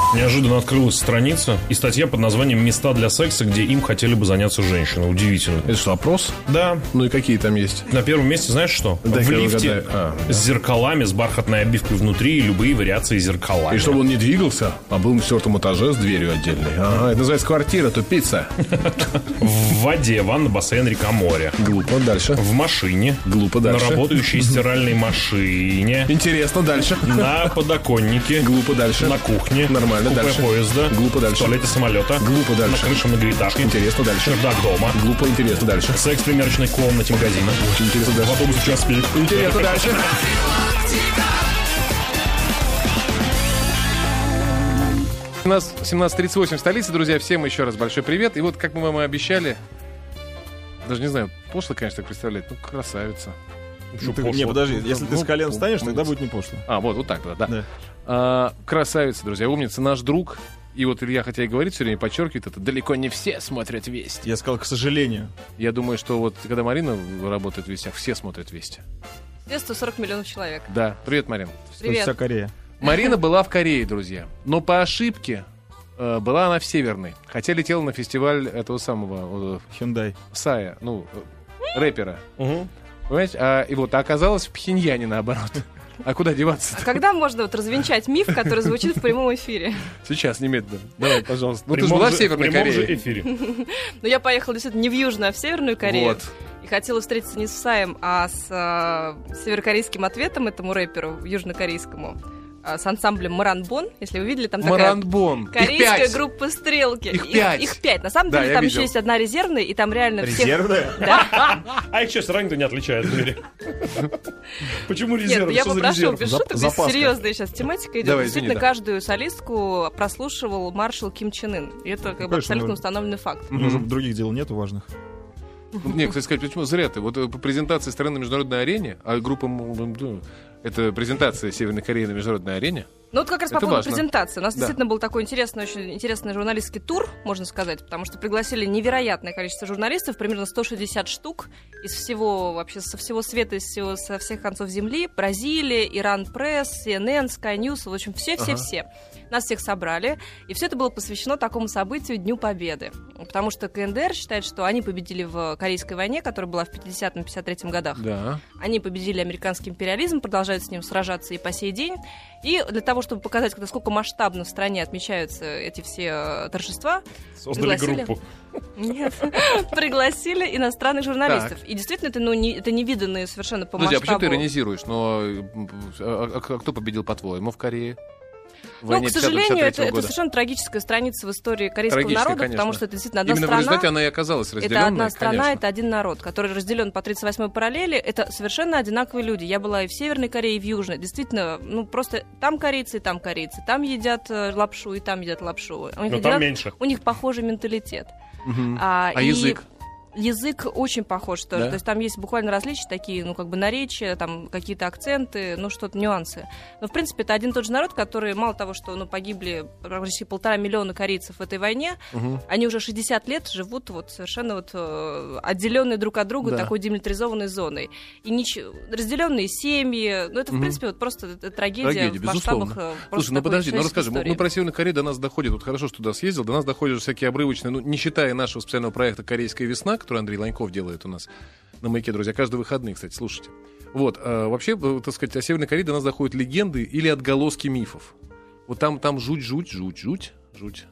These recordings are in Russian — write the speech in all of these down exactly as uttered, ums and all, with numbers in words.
Неожиданно открылась страница и статья под названием «Места для секса, где им хотели бы заняться женщины». Удивительно. Это что, опрос? Да. Ну и какие там есть? На первом месте знаешь что? Дай в лифте а, с зеркалами, с бархатной обивкой внутри и любые вариации зеркалами. И чтобы он не двигался, а был на четвертом этаже с дверью отдельной. Ага, это называется квартира, тупица. В воде, ванна, бассейн, река, море. Глупо, дальше. В машине. Глупо, дальше. На работающей стиральной машине. Интересно, дальше. На подоконнике. Глупо, дальше. На кухне. Нормально, в купе дальше. поезда. Глупо, дальше. В туалете самолета. Глупо, дальше. На крыше многоэтажки. Интересно, дальше. Чердак дома. Глупо, интересно, дальше. Секс в примерочной комнате магазина. Очень интересно, дальше. В автобусе час пик. Интересно, дальше. У нас семнадцать тридцать восемь в столице, друзья. Всем еще раз большой привет. И вот, как мы вам и обещали, даже не знаю, пошло, конечно, так представлять. Ну, красавица. Что, Ты- пошло? не, подожди, если ты Ну, с колен встанешь, тогда умница. будет не пошло. А, вот, вот так, да. да. Да. А, красавица, друзья, умница, наш друг. И вот Илья, хотя и говорит все время, подчеркивает это, далеко не все смотрят «Вести». Я сказал, к сожалению. Я думаю, что вот, когда Марина работает в «Вестях», все смотрят «Вести». сто сорок миллионов человек. Да. Привет, Марина. Привет. Вся Корея. Марина была в Корее, друзья. Но по ошибке э, была она в Северной. Хотя летела на фестиваль этого самого э, Hyundai. Сая, ну, э, рэпера. Угу. Понимаете? А, и вот, а оказалось в Пхеньяне, наоборот. А куда деваться? А когда можно вот развенчать миф, который звучит в прямом эфире? Сейчас, немедленно. Давай, пожалуйста. Ну, ты же Прямом была же- в Северной прямом Корее. же эфире. Ну, я поехала действительно не в Южную, а в Северную Корею. Вот. И хотела встретиться не с Саем, а с э, северокорейским ответом этому рэперу, южнокорейскому, э, с ансамблем Маранбон. Если вы видели, там такая Маранбон. Их корейская пять. группа «Стрелки». Их пять. Их пять. На самом Да, деле, я там видел. еще есть одна резервная, и там реально всех... Резервная? Да. А их что, сравнительно не отличают в мире? Почему Нет, резерв? ну я Что за попрошу, резерв? без Зап- шуток, здесь запаска. серьезная сейчас тематика идет. Давай, Действительно, извини, да. каждую солистку прослушивал маршал Ким Чен Ын. И это как бы Конечно, абсолютно ну- установленный факт. У него же других дел нету важных. Не, кстати сказать, почему зря ты? Вот э, по презентации страны на международной арене, а группа... м, м, это презентация Северной Кореи на международной арене. Ну вот как раз по Это поводу важно. презентации. У нас Да. действительно был такой интересный, очень интересный журналистский тур, можно сказать, потому что пригласили невероятное количество журналистов, примерно сто шестьдесят штук из всего, вообще со всего света, из всего, со всех концов земли. Бразилия, Иран Пресс, си эн эн, Sky News, в общем, все-все-все. Нас всех собрали, и все это было посвящено такому событию Дню Победы. Потому что ка эн дэ эр считает, что они победили в Корейской войне, которая была в пятидесятом — пятьдесят третьем годах. Да. Они победили американский империализм, продолжают с ним сражаться и по сей день. И для того, чтобы показать, насколько масштабно в стране отмечаются эти все э, торжества, Создали пригласили- группу. нет, пригласили иностранных журналистов. И действительно, это, ну, не, это невиданные совершенно по Подожди, а почему масштабу. ты иронизируешь? Но э, а, а- а кто победил, по-твоему, в Корее? В Ну, войне к сожалению, это, пятидесятого-пятидесятого это года? совершенно трагическая страница в истории корейского Трагическая, народа, конечно. потому что это действительно одна Именно в страна. результате она и оказалась разделенной, Это одна страна, конечно. это один народ, который разделен по тридцать восьмой параллели. Это совершенно одинаковые люди. Я была и в Северной Корее, и в Южной. Действительно, ну просто там корейцы, и там корейцы. Там едят э, лапшу, и там едят лапшу. У них, Но там одинак- меньше. у них похожий менталитет. Мгм. А, А и язык? Язык очень похож тоже. Да? То есть там есть буквально различия такие, ну, как бы наречия, там какие-то акценты, ну, что-то, нюансы. Но, в принципе, это один и тот же народ, который, мало того, что, ну, погибли практически полтора миллиона корейцев в этой войне, Мгм. они уже шестьдесят лет живут вот совершенно вот э, отделенные друг от друга Да. такой демилитаризованной зоной. И ничего, разделенные семьи, ну, это, в Мгм. принципе, вот просто это трагедия, Трагедия, в масштабах безусловно. э, просто Слушай, ну такой подожди, ну человеческой расскажи, мы, истории. мы про Северную Корею до нас доходит, вот хорошо, что туда съездил, до нас доходят всякие обрывочные, ну, не считая нашего специального проекта «Корейская весна», который Андрей Ланьков делает у нас на «Маяке», друзья, каждые выходные, кстати, слушайте. Вот, а, вообще, э, так сказать, о Северной Корее до нас доходят легенды или отголоски мифов. Вот там, там жуть, жуть, жуть, жуть, жуть.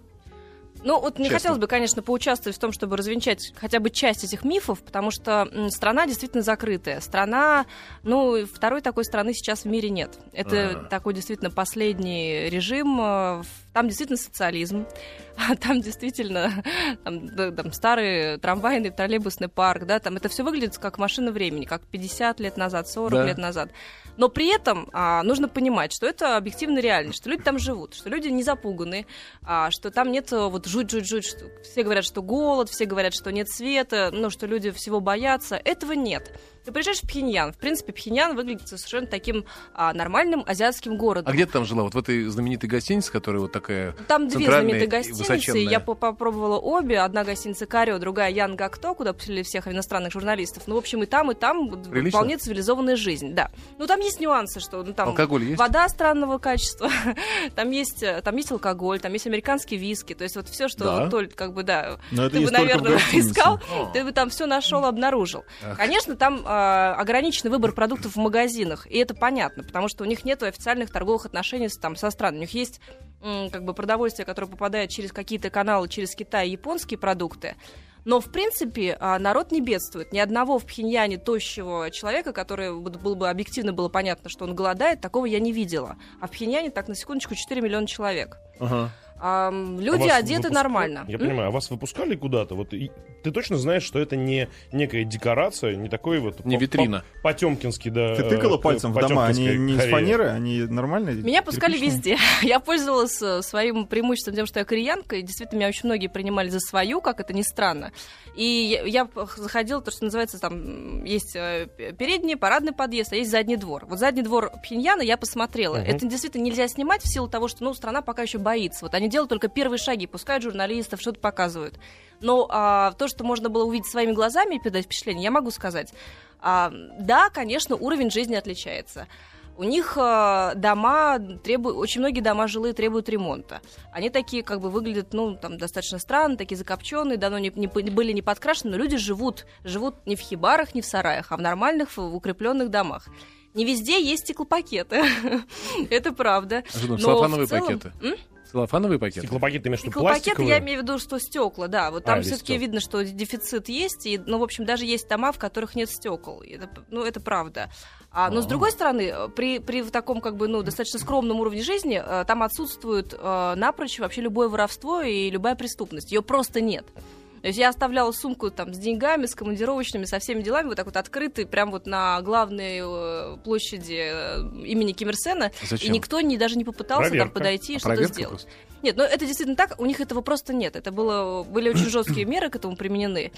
Ну, вот не Честно. хотелось бы, конечно, поучаствовать в том, чтобы развенчать хотя бы часть этих мифов, потому что м, страна действительно закрытая. Страна, ну, второй такой страны сейчас в мире нет. Это А. такой действительно последний режим. э, в- Там действительно социализм. Там действительно там, да, там старый трамвайный, троллейбусный парк, да, там это все выглядит как машина времени, как пятьдесят лет назад, сорок Да. лет назад. Но при этом а, нужно понимать, что это объективная реальность, что люди там живут, что люди не запуганы, а, что там нет а, вот жуть-жуть-жуть, что все говорят, что голод, все говорят, что нет света, ну, что люди всего боятся. Этого нет. Ты приезжаешь в Пхеньян. В принципе, Пхеньян выглядит совершенно таким а, нормальным азиатским городом. А где ты там жила? Вот в этой знаменитой гостинице, которая вот такая Там две центральная знаменитые и гостиницы. высоченная? Я по- попробовала обе. Одна гостиница Карио, другая Ян Гакто, куда поселили всех иностранных журналистов. Ну, в общем, и там, и там Прилично? вполне цивилизованная жизнь. Да. Ну, там есть нюансы, что ну, там Алкоголь есть? вода странного качества, там есть, там есть алкоголь, там есть американский виски. То есть вот все, что Да? Толь, как бы, да, Но это ты бы, есть только в наверное, гостинице. искал, ты бы там все нашел, обнаружил. Конечно, там э, ограниченный выбор продуктов в магазинах, и это понятно, потому что у них нет официальных торговых отношений с, там, со странами. У них есть м, как бы продовольствие, которое попадает через какие-то каналы, через Китай, японские продукты. Но, в принципе, а, народ не бедствует. Ни одного в Пхеньяне тощего человека, который был бы объективно было понятно, что он голодает, такого я не видела. А в Пхеньяне, так, на секундочку, четыре миллиона человек. Ага. А, люди А вас одеты выпуска- нормально. Я М? понимаю, а вас выпускали куда-то? Вот и- ты точно знаешь, что это не некая декорация, не такой вот... Не по- витрина. по- Потемкинский, да. Ты тыкала э, пальцем в дома, они потемкинская не из Корея. фанеры, они нормальные? Меня пускали кирпичные? везде. Я пользовалась э, своим преимуществом тем, что я кореянка, и действительно меня очень многие принимали за свою, как это ни странно. И я, я п- заходила, то, что называется, там есть э, передний, парадный подъезд, а есть задний двор. Вот задний двор Пхеньяна я посмотрела. Мгм. Это действительно нельзя снимать в силу того, что ну, страна пока еще боится. Вот они делают только первые шаги, пускают журналистов, что-то показывают. Но а, то, что можно было увидеть своими глазами и передать впечатление, я могу сказать. А, да, конечно, уровень жизни отличается. У них э, дома требуют, очень многие дома жилые требуют ремонта. Они такие, как бы, выглядят, ну, там, достаточно странно, такие закопченные, давно не, не, были не подкрашены, но люди живут, живут не в хибарах, не в сараях, а в нормальных, в укрепленных домах. Не везде есть стеклопакеты, это правда. А что там, Но целлофановые в целом- пакеты? М? Целлофановые пакеты? Стеклопакет ты имеешь в виду Стеклопакеты, пластиковые? я имею в виду, что стекла, да. Вот А, там или все-таки стекла. видно, что дефицит есть. И, ну, в общем, даже есть дома, в которых нет стекол. И это, ну, это правда. А, но, с другой стороны, при, при таком, как бы, ну, достаточно скромном уровне жизни, э, там отсутствует э, напрочь вообще любое воровство и любая преступность. Ее просто нет. То есть я оставляла сумку там с деньгами, с командировочными, со всеми делами, вот так вот открытой, прям вот на главной э, площади э, имени Ким Ир Сена. Зачем? И никто не, даже не попытался там Проверка. подойти и А что-то проверка сделать. просто? Нет, ну это действительно так, у них этого просто нет. Это было, были очень жесткие меры к этому применены.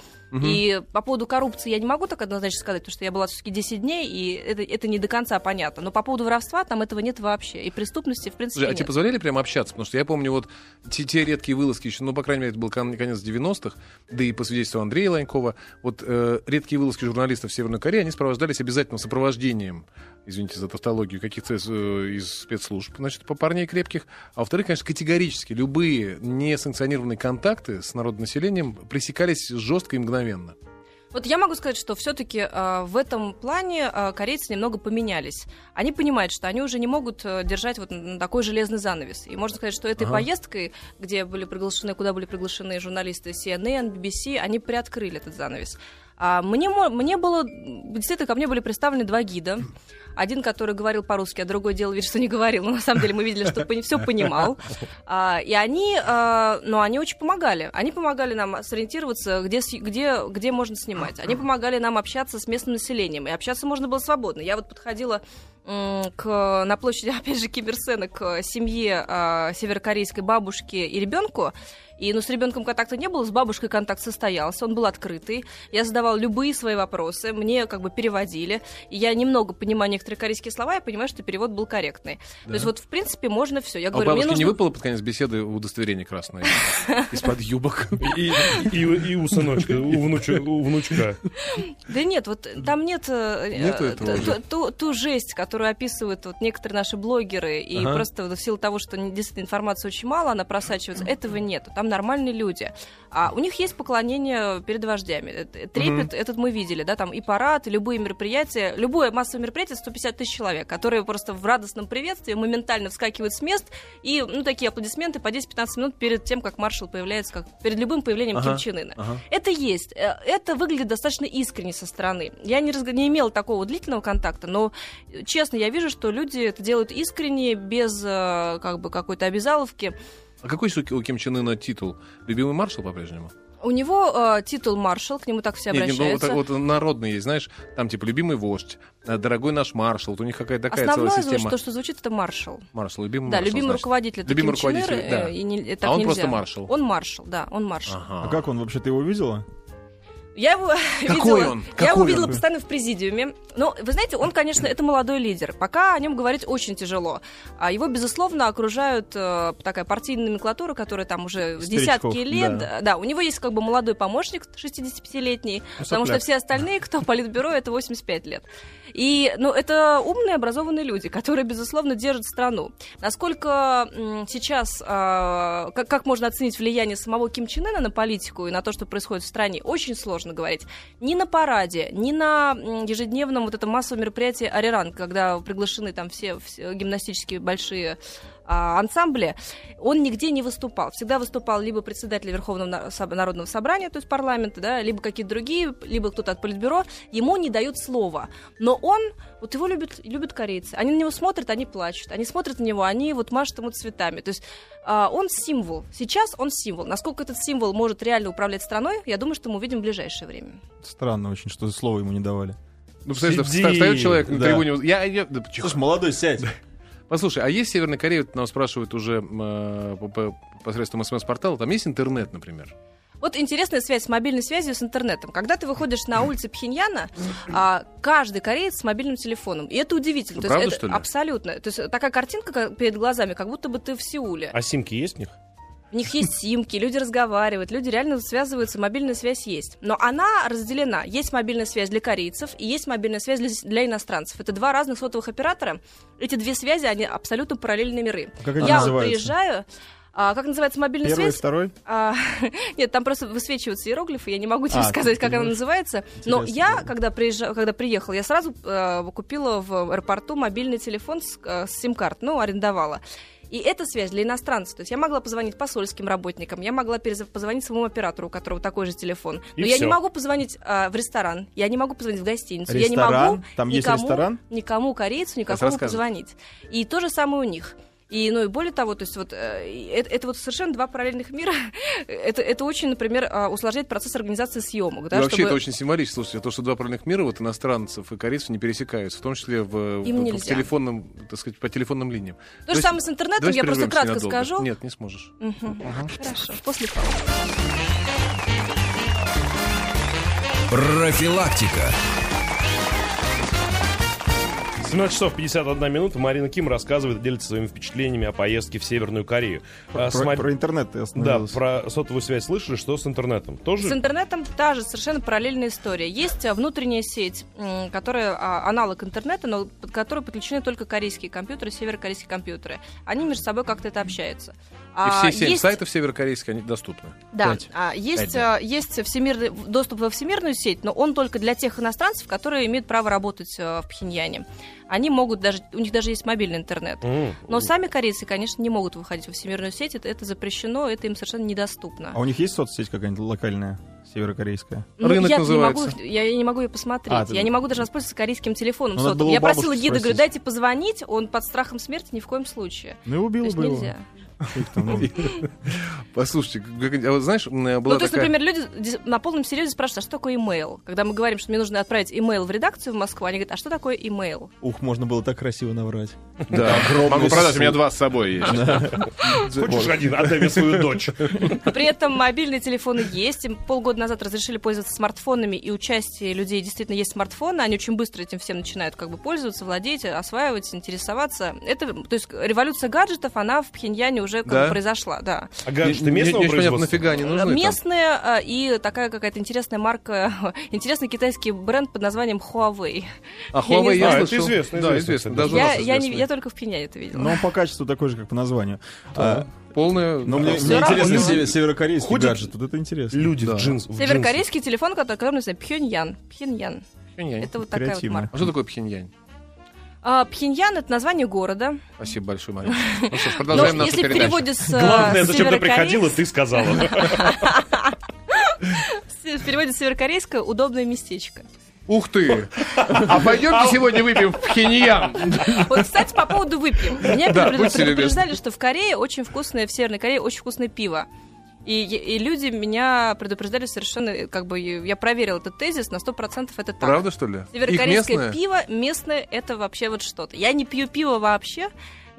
И по поводу коррупции я не могу так однозначно сказать, потому что я была все-таки десять дней, и это, это не до конца понятно. Но по поводу воровства там этого нет вообще. И преступности, в принципе, Слушай, а нет. тебе позволяли прямо общаться? Потому что я помню вот те, те редкие вылазки еще, ну, по крайней мере, это был кон- конец девяностых, да и по свидетельству Андрея Ланькова, вот э, редкие вылазки журналистов в Северной Корее, они сопровождались обязательным сопровождением, извините за тавтологию, каких-то из, э, из спецслужб, значит, по парней крепких. А во-вторых, конечно, категорически любые несанкционированные контакты с народным населением пресекались жестко и мгновенно. Вот я могу сказать, что все-таки э, в этом плане э, корейцы немного поменялись. Они понимают, что они уже не могут э, держать вот н- такой железный занавес. И можно сказать, что этой Ага. поездкой, где были приглашены, куда были приглашены журналисты си эн эн, би би си, они приоткрыли этот занавес. А мне, мо- мне было... Действительно, ко мне были представлены два гида. Один, который говорил по-русски, а другой делал вид, что не говорил. Но на самом деле мы видели, что все понимал. А, и они, а, ну, они очень помогали. Они помогали нам сориентироваться, где, с- где, где можно снимать. Они помогали нам общаться с местным населением. И общаться можно было свободно. Я вот подходила м, к, на площади, опять же, Ким Ир Сена, к семье а, северокорейской бабушки и ребенку. И, ну, с ребенком контакта не было, с бабушкой контакт состоялся, он был открытый. Я задавала любые свои вопросы, мне как бы переводили. И я немного понимаю некоторые корейские слова, я понимаю, что перевод был корректный. То есть вот, в принципе, можно все. Я А у говорю, мне бабушки не нужно... выпало под конец беседы удостоверение красное из-под юбок? И, и, и у сыночка, у, внуча- у внучка. Да нет, вот там нет э, Нету э, этого ту- уже? ту, ту жесть, которую описывают вот некоторые наши блогеры, и Ага. просто вот в силу того, что не- действительно информации очень мало, она просачивается, этого нет. Там нормальные люди. А у них есть поклонение перед вождями. Э, Трепет этот мы видели, да, там и парад, и любые мероприятия, любое массовое мероприятие сто пятьдесят тысяч человек, которые просто в радостном приветствии моментально вскакивают с мест, и, ну, такие аплодисменты по десять-пятнадцать минут перед тем, как маршал появляется, как перед любым появлением Ага, Ким Чен Ына. ага. Это есть. Э, Это выглядит достаточно искренне со стороны. Я не, разг... не имела такого длительного контакта, но, э, честно, я вижу, что люди это делают искренне, без э, как бы какой-то обязаловки. А какой у у Ким Чен Ына титул? Любимый маршал по-прежнему? У него э, титул маршал, к нему так все Нет, нет, ну, обращаются. вот, вот народный есть, знаешь, там типа любимый вождь, э, дорогой наш маршал, вот у них какая-то такая Основное, целая система. то, что звучит, это маршал. Маршал, любимый Да, маршал, любимый значит. руководитель это Любимый Ким Чен Ир, руководитель, да. э, и не- так А он нельзя. просто маршал. Он маршал, да, он маршал. Ага. А как он вообще, ты его видела? Я его Какой видела, он? я Какой его видела он? постоянно в президиуме. Но, вы знаете, он, конечно, это молодой лидер. Пока о нем говорить очень тяжело. А его, безусловно, окружают э, такая партийная номенклатура, которая там уже Старичков, десятки лет. да. Да, у него есть как бы молодой помощник, шестидесятипятилетний, потому что сопляк. все остальные, кто в политбюро, это восемьдесят пять лет. И, ну, это умные, образованные люди, которые, безусловно, держат страну. Насколько м, сейчас, э, как, как можно оценить влияние самого Ким Чен Ына на политику и на то, что происходит в стране, очень сложно говорить. Ни на параде, ни на м, ежедневном вот этом массовом мероприятии «Ариран», когда приглашены там все, все гимнастические большие а, ансамбли, он нигде не выступал. Всегда выступал либо председатель Верховного на- Соб- Народного собрания, то есть парламента, да, либо какие-то другие, либо кто-то от политбюро. Ему не дают слова. Но он, вот его любят, любят корейцы. Они на него смотрят, они плачут. Они смотрят на него, они вот машут ему цветами. То есть а, он символ. Сейчас он символ. Насколько этот символ может реально управлять страной, я думаю, что мы увидим в ближайшее время. Странно очень, что слово ему не давали. Ну, представляешь, Сиди. вста- встает человек на Да. трибуне. Я, я, да, тихо. Слушай, молодой, сядь. Послушай, а есть в Северной Корее, вот нам спрашивают уже э, по- по- посредством СМС-портала, там есть интернет, например? Вот интересная связь с мобильной связью с интернетом. Когда ты выходишь на улицы Пхеньяна, а, каждый кореец с мобильным телефоном. И это удивительно. Ну, То правда, есть это что ли? Абсолютно. То есть такая картинка как перед глазами, как будто бы ты в Сеуле. А симки есть в них? У них есть симки, люди разговаривают, люди реально связываются, мобильная связь есть. Но она разделена. Есть мобильная связь для корейцев и есть мобильная связь для, для иностранцев. Это два разных сотовых оператора. Эти две связи, они абсолютно параллельные миры. Как они Я вот называются? приезжаю... А, как называется мобильная Первый, связь? второй? А, нет, там просто высвечиваются иероглифы, я не могу тебе А, сказать, ты как она можешь? называется. Но Интересно, я, да. когда, приезжа... когда приехала, я сразу э, купила в аэропорту мобильный телефон с, э, с сим-карт, ну, арендовала. И это связь для иностранцев. То есть я могла позвонить посольским работникам, я могла перез- позвонить своему оператору, у которого такой же телефон. И Но я всё. не могу позвонить а, в ресторан, я не могу позвонить в гостиницу, я не Ресторан? могу Там есть никому, ресторан? никому корейцу, Сейчас никакому расскажут. позвонить. И то же самое у них. И, ну и более того, то есть вот э, это, это вот совершенно два параллельных мира. это, это очень, например, э, усложняет процесс организации съемок. Да, И вообще чтобы... это очень символично. Слушайте, то, что два параллельных мира, вот иностранцев и корейцев не пересекаются, в том числе в, Им в- в нельзя. телефонном, так сказать, по телефонным линиям. То же Давайте- самое с интернетом, давайте я просто прервемся кратко ненадолго. скажу. Нет, не сможешь. Мгм. Хорошо, после паузы. Профилактика. семнадцать часов пятьдесят одна минута. Марина Ким рассказывает, делится своими впечатлениями о поездке в Северную Корею. А, с Про, моб- про интернет ты Да, остановился. про сотовую связь слышали, что с интернетом? Тоже? С интернетом та же совершенно параллельная история. Есть а, внутренняя сеть, м, которая а, аналог интернета, но под которой подключены только корейские компьютеры, северокорейские компьютеры. Они между собой как-то это общаются. И А, все семь есть- сайтов северокорейских, они доступны. Да, Пять. а, есть, Пять, да. а, есть всемирный, доступ во всемирную сеть, но он только для тех иностранцев, которые имеют право работать а, в Пхеньяне. Они могут даже, у них даже есть мобильный интернет. М. Но сами корейцы, конечно, не могут выходить во всемирную сеть, это, это запрещено, это им совершенно недоступно. А у них есть соцсеть какая-нибудь локальная, северокорейская? Ну, Рынок я называется. Не могу, я, я не могу ее посмотреть. А, ты- Я не могу даже воспользоваться корейским телефоном Ну, надо сотовым. было Я у бабушки просила гида, говорю, спросить. дайте позвонить, он под страхом смерти ни в коем случае. Ну и То убила есть бы его. нельзя. Что их там, ну, Послушайте, как- а вот знаешь, м, была Ну, то есть, такая... например, люди дис- на полном серьезе спрашивают, а что такое имейл? Когда мы говорим, что мне нужно отправить имейл в редакцию в Москву, они говорят, а что такое имейл? Ух, можно было так красиво наврать. Да, могу продать, у меня два с собой есть. Хочешь один? Отдай мне свою дочь. При этом мобильные телефоны есть. Им полгода назад разрешили пользоваться смартфонами, и у части людей действительно есть смартфоны. Они очень быстро этим всем начинают как бы пользоваться, владеть, осваивать, интересоваться. Это, то есть революция гаджетов, она в Пхеньяне уже как Да? бы произошла. Да. А гаджеты Не- не- местного не очень понятно, производства? нафига они нужны там? Местные э, и такая какая-то интересная марка, интересный китайский бренд под названием Huawei. А Я не Huawei знаю. я А, это слышал. известно, Да, известно, известно. кстати. Даже у Я, нас я, не, известно. я только в Пхеньяне это видела. Но он по качеству такой же, как по названию. Да. Полная... Но мне, всё мне равно. интересно, Ну, север- северокорейский ходят гаджет. Вот это интересно. Люди Да. в джинс. в Северокорейский телефон, который, который называется Пхеньян. Пхеньян. Пхеньян. Это вот такая вот Креативно. марка. А что такое Пхеньян? А, Пхеньян — это название города. Спасибо большое, Марина. Ну что ж, Но продолжаем нашу если в передачу. переводе с, джинсы. Главное, с зачем ты северокорей- приходила, ты сказала. в переводе с северокорейского удобное местечко. Ух ты! А пойдемте сегодня выпьем в Пхеньян. Вот, кстати, по поводу выпьем. Меня Да, предупреждали, будьте любезны. предупреждали, что в Корее очень вкусное, в Северной Корее очень вкусное пиво. И, и люди меня предупреждали совершенно, как бы, я проверила этот тезис, на сто процентов это так. Правда, что ли? Их Северокорейское местное? пиво местное, это вообще вот что-то. Я не пью пиво вообще,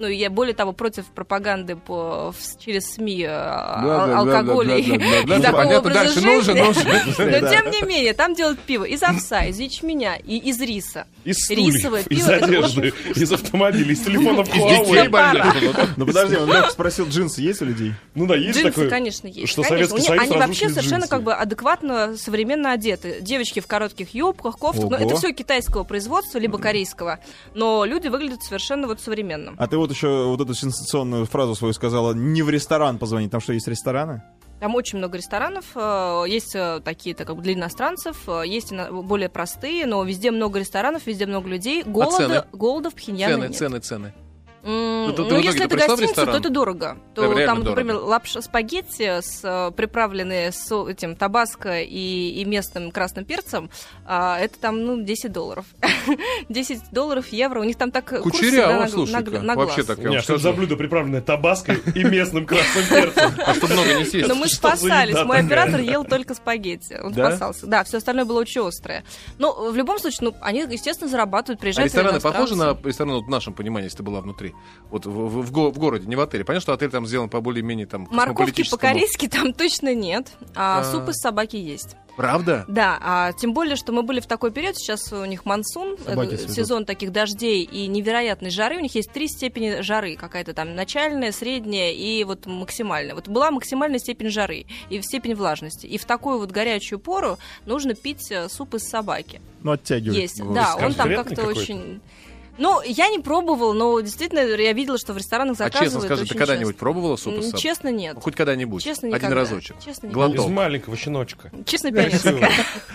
Ну, и я, более того, против пропаганды по, в, через СМИ да, ал- да, алкоголя и, да, да, да, да, и да, такого понятно, образа дальше, ну уже, жизни. ну уже. Но, тем не менее, там делают пиво из овса, из ячменя и из риса. Из Рисовое стульев, из пиво, это одежды, из автомобилей, из телефонов Из Huawei. детей пара. больных. Ну подожди, он Лёха спросил, джинсы есть у людей? Ну да, есть Джинсы, такое, конечно, есть. что Конечно. Советский У них- Союз Они вообще разрушили совершенно джинсы. как бы адекватно, современно одеты. Девочки в коротких юбках, кофтах. Ну, Ого. это все китайского производства, либо корейского. Но люди выглядят совершенно вот современно. А ты вот еще вот эту сенсационную фразу свою сказала, не в ресторан позвонить, там что, есть рестораны? Там очень много ресторанов, э, есть э, такие-то как бы для иностранцев, э, есть и на- более простые, но везде много ресторанов, везде много людей. цены? Голода, голода в Пхеньяне Цены, нет. цены, цены. М, Ну, ты- ты в ну, итоге если ты это пришла в гостиница, то ресторан? это дорого. Да, То реально там, дорого. например, лапша спагетти, с, э, приправленные с этим табаско и, и местным красным перцем, а, это там, ну, десять долларов. десять долларов, евро. У них там так курс всегда Кучеряво, на, слушай-ка. на- на глаз. Вообще так я Не, вам а что это скажу. за блюдо, приправленное табаско и местным красным перцем? А что много не съесть? Но мы Что за спасались. еда Мой такая? оператор ел только спагетти. Он Да? спасался. Да, все остальное было очень острое. Но в любом случае, ну, они, естественно, зарабатывают, А приезжают рестораны иностранцы. похожи на рестораны вот в нашем понимании, если ты была внутри? Вот в, в- в го- в городе, не в отеле. Понятно, что отель там сделан по более-менее там Морковки космополитическому. по-корейски там точно нет, а, А. суп из собаки есть. Правда? Да, а тем более, что мы были в такой период, сейчас у них монсун, Собаки э, цветут. сезон таких дождей и невероятной жары, у них есть три степени жары, какая-то там начальная, средняя и вот максимальная. Вот была максимальная степень жары и степень влажности, и в такую вот горячую пору нужно пить э, суп из собаки. Ну, оттягивает. Есть, Ну, да, он там конкретный как-то какой-то? очень... Ну, я не пробовал, но действительно я видела, что в ресторанах А заказывают честно скажи, ты очень когда-нибудь часто. пробовала суп из М, собаки? Честно, нет. Ну, хоть когда-нибудь. Честно, Один никогда. разочек. Честно, никогда. Из Глоток. маленького щеночка. Честно, пионерская.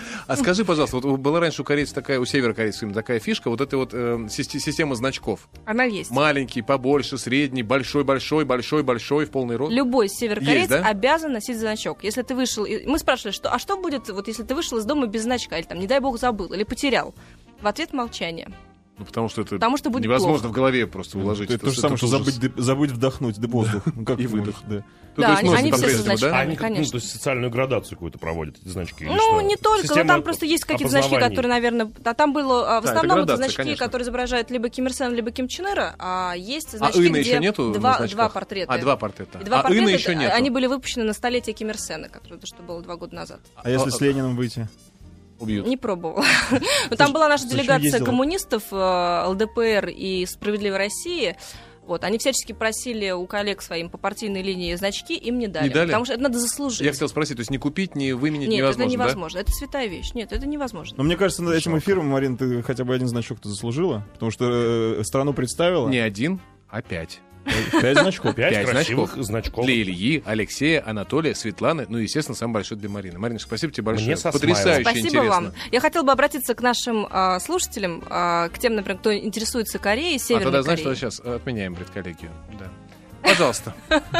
А скажи, пожалуйста, вот была раньше у корейцев такая, у северокорейцев именно такая фишка, вот эта вот э, систи- система значков. Она есть. Маленький, побольше, средний, большой, большой, большой, большой, в полный рост. Любой северокореец Есть, да? обязан носить значок. Если ты вышел... и- Мы спрашивали, что, а что будет, вот если ты вышел из дома без значка, или там, не дай бог, забыл, или потерял? В ответ молчание. Ну, потому что это Потому что будет невозможно плохо. в голове просто уложить. Это то же самое, что ужас. забыть, д- забыть вдохнуть, да воздух. Ну, как И ты выдох. можешь, да. Ну, Да, то есть они- носят они все со по-прежнему, значками. да? А они как, ну, конечно. то есть социальную градацию какую-то проводят, эти значки? или Ну, что? не только, но Система там просто есть какие-то значки, опознавания. которые, наверное... А там было... а, В Да, это основном это градация, значки, конечно. которые изображают либо Ким Ир Сен, либо Ким Чен Ира, а есть А значки, Ина где еще нету на два, значках? два портрета. А, два портрета. И два а портрета, Ина еще это- нету. они были выпущены на столетие Ким Ир Сена, которое, что было два года назад. А если А- с Лениным выйти? Убьют. Не пробовала. Но там была наша зачем делегация ездила? коммунистов, э, ЛДПР и Справедливой России. Вот, они всячески просили у коллег своим по партийной линии значки, им не дали. Не дали? Потому что это надо заслужить. Я хотел спросить, то есть не купить, не выменить Нет, невозможно, это да? невозможно. Это святая вещь. Нет, это невозможно. Но мне кажется, над этим эфиром, Марин, ты хотя бы один значок-то заслужила, потому что э, страну представила. Не один, а пять. Пять значков. Пять, Пять красивых значков. значков. Для Ильи, Алексея, Анатолия, Светланы, ну и, естественно, самый большой для Марины. Мариночка, спасибо тебе большое. Мне со Потрясающе Спасибо интересно. вам. Я хотела бы обратиться к нашим а, слушателям, а, к тем, например, кто интересуется Кореей, А Северной тогда, знаешь, что Кореей. сейчас отменяем предколлегию. Да. Пожалуйста.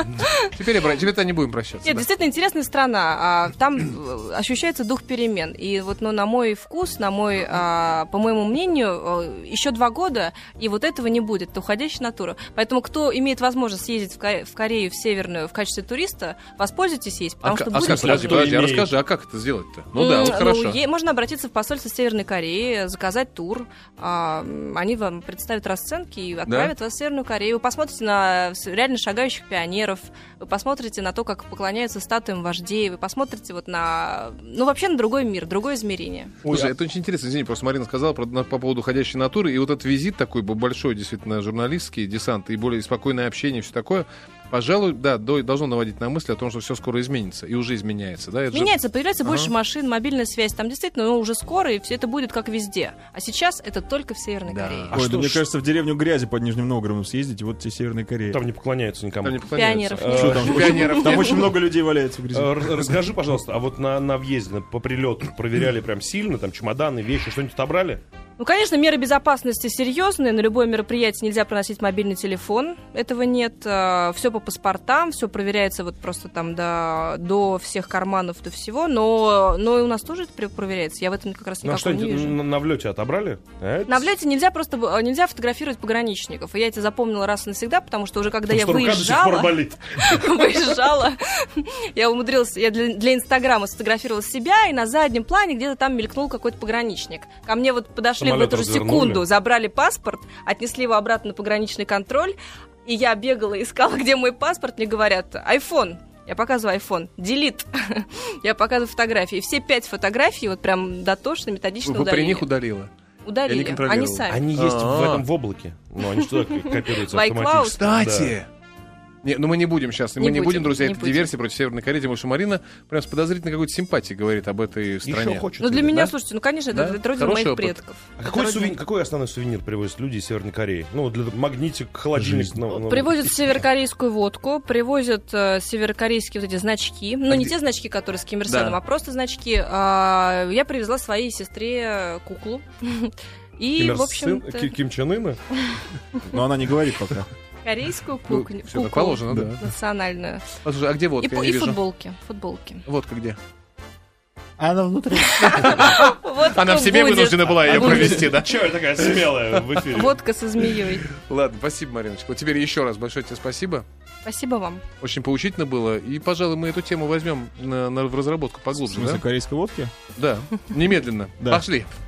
Теперь обра- теперь-то не будем прощаться. Нет, да. действительно интересная страна. А, там э, ощущается дух перемен. И вот, ну, на мой вкус, на мой, а, по моему мнению, э, еще два года, и вот этого не будет. Это уходящая натура. Поэтому, кто имеет возможность съездить в, Ко- в Корею, в Северную, в качестве туриста, воспользуйтесь есть, А, потому к- что а будет... как, подожди, Кто подожди, а имеет? расскажи, а как это сделать-то? Ну да, М, вот хорошо. е- можно обратиться в посольство Северной Кореи, заказать тур. а, м, они вам представят расценки и отправят вас в Северную Корею. Вы посмотрите на с- реально шагающих пионеров, вы посмотрите на то, как поклоняются статуям вождей, вы посмотрите вот на... Ну, вообще на другой мир, другое измерение. Слушай, это очень интересно. Извини, просто Марина сказала про, на- по поводу ходящей натуры. И вот этот визит такой б- большой, действительно, журналистский десант и более спокойное общение, все такое, пожалуй, да, до- должно наводить на мысль о том, что все скоро изменится. И уже изменяется. Да? Это же- Меняется, появляется Ага. больше машин, мобильная связь. Там действительно ну, уже скоро, и все это будет как везде. А сейчас это только в Северной Да. Корее. А Ой, что да мне ж- кажется, в деревню Грязи под Нижним Новгородом съездить, и вот тебе Северная Корея. Там не поклоняются никому. Там не поклоняются. Пионеров Э, нет. Что там? Пионеров Там нет. очень много людей валяется в грязи. Э, р- Расскажи, пожалуйста, а вот на, на въезде, на- по прилету проверяли прям сильно, там чемоданы, вещи, что-нибудь отобрали? Ну, конечно, меры безопасности серьезные. На любое мероприятие нельзя проносить мобильный телефон. Этого нет. Все по паспортам, все проверяется вот просто там до, до всех карманов, до всего. Но, но и у нас тоже это пре- проверяется. Я в этом как раз Ну, а никакого не что-нибудь вижу. на, на влете отобрали? А это- На влете нельзя просто э, нельзя фотографировать пограничников. И я это запомнила раз и навсегда, потому что уже когда Потому я что рука до сих пор выезжала, болит. выезжала, я умудрилась, я для, для Инстаграма сфотографировала себя, и на заднем плане где-то там мелькнул какой-то пограничник. Ко мне вот подошли Самолет в эту же развернули. секунду, забрали паспорт, отнесли его обратно на пограничный контроль. И я бегала и искала, где мой паспорт. Мне говорят, iPhone. Я показываю iPhone. Delete. Я показываю фотографии. Все пять фотографий вот прям дотошно, методично Вы удалили. при них удалила? Удалили. Я не контролировал. Они сами. Они есть в А-а. этом в облаке. Ну, они что копируются В iCloud. автоматически. Кстати! Не, ну мы не будем сейчас, Не мы не будем, будем, друзья, не это будем. диверсия против Северной Кореи, потому что Марина прям с подозрительной какой-то симпатией говорит об этой стране. Еще хочется. Ну, для меня, да? слушайте, ну, конечно, Да? это, это родина Хороший моих опыт. предков. А какой, Это сувен- родина- какой основной сувенир привозят люди из Северной Кореи? Ну, для магнитик, холодильник. Жизнь. ну, ну, Привозят северокорейскую водку, привозят э, северокорейские вот эти значки. Ну, А не где- те значки, которые с Ким Ир Сеном, Да. а просто значки. А, я привезла своей сестре куклу. И, Ким Ир в общем Сен- Ки- Ким Чен Ына? Но она не говорит пока. корейскую Ну, куклу, все так положено, да. национальную. А, слушай, а где водка? И, Я пу- не и вижу. футболки. Футболки. Водка где? Она внутри. Водка Она в себе будет. вынуждена была ее Будет. провести, да? Че такая смелая в эфире? Водка со змеей. Ладно, спасибо, Мариночка. Вот теперь еще раз большое тебе спасибо. Спасибо вам. Очень поучительно было. И, пожалуй, мы эту тему возьмем на, на- в разработку В поглубже, смысле, да? корейской водки? Да, немедленно. Да. Пошли.